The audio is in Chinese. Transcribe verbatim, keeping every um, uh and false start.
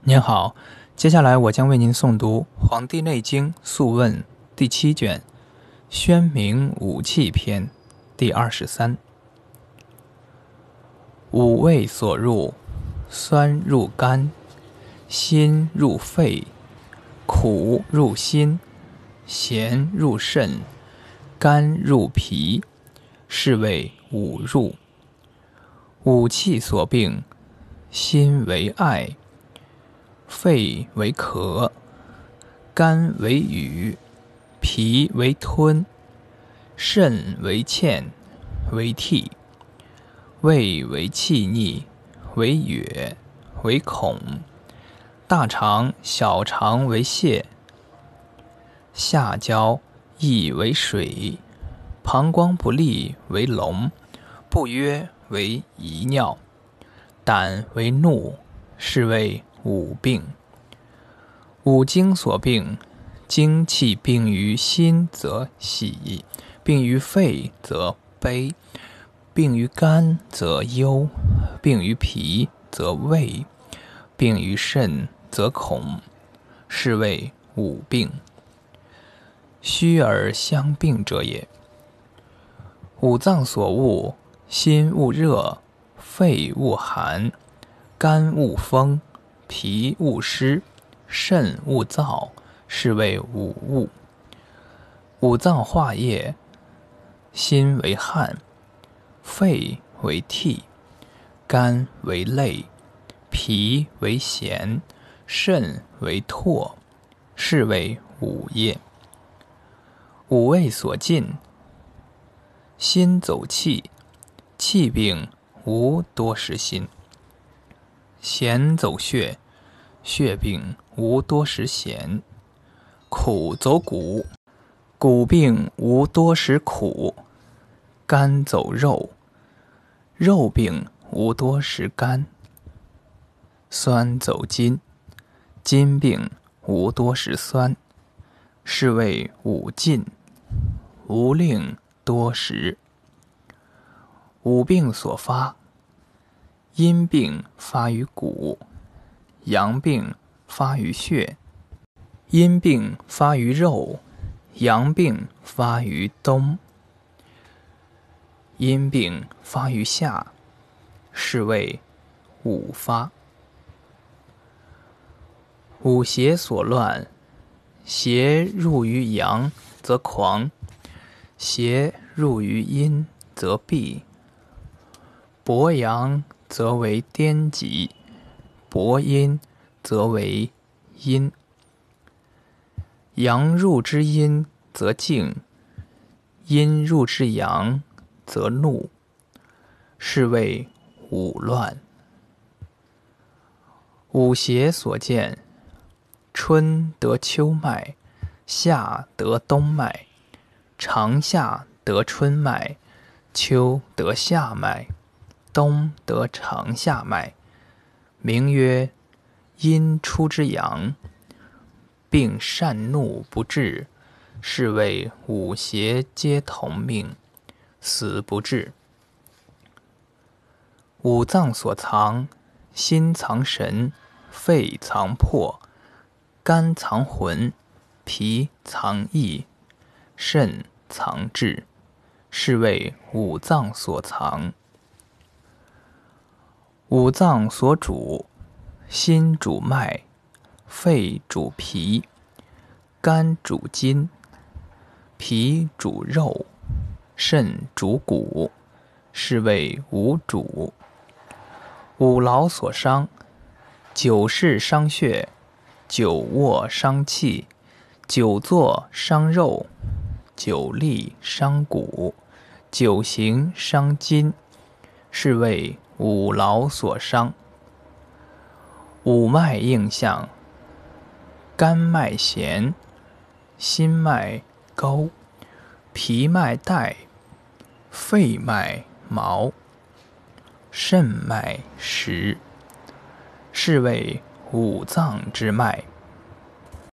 您好，接下来我将为您诵读《黄帝内经·素问》第七卷《宣明五气篇》第二十三。五味所入，酸入肝，辛入肺，苦入心，咸入肾，甘入脾，是谓五入。五气所病，心为爱，肺为咳，肝为郁，脾为吞，肾为欠，为涕，胃为气逆，为哕，为恐，大肠小肠为泻，下焦亦为水，膀胱不利为聋，不约为遗尿，胆为怒，是谓五病。五经所病，精气病于心则喜，病于肺则悲，病于肝则忧，病于脾则畏，病于肾则恐，是谓五病。虚而相并者也。五脏所恶，心恶热，肺恶寒，肝恶风，脾恶湿，肾恶燥，是谓五恶。五脏化液，心为汗，肺为涕，肝为泪，脾为涎，肾为唾，是谓五液。五味所进，心走气，气病无多食心；咸走血，血病无多食咸；苦走骨，骨病无多食苦；肝走肉，肉病无多食肝；酸走筋，筋病无多食酸，是谓五进，无令多食。五病所发，阴病发于骨，阳病发于血，阴病发于肉，阳病发于冬，阴病发于夏，是谓五发。五邪所乱，邪入于阳则狂，邪入于阴则闭，薄阳则为颠急，薄阴则为阴。阳入之阴则静，阴入之阳则怒，是谓五乱。五邪所见，春得秋脉，夏得冬脉，长夏得春脉，秋得夏脉，冬得长夏脉，名曰阴出之阳，并善怒不治，是谓五邪皆同命，死不治。五脏所藏，心藏神，肺藏魄，肝藏魂，脾藏意，肾藏志，是谓五脏所藏。五脏所主，心主脉，肺主脾，肝主筋，脾主肉，肾主骨，是谓五主。五劳所伤，久视伤血，久卧伤气，久坐伤肉，久立伤骨，久行伤筋，是谓五劳所伤。五脉应象，肝脉弦，心脉高，脾脉带，肺脉毛，肾脉实，是谓五脏之脉。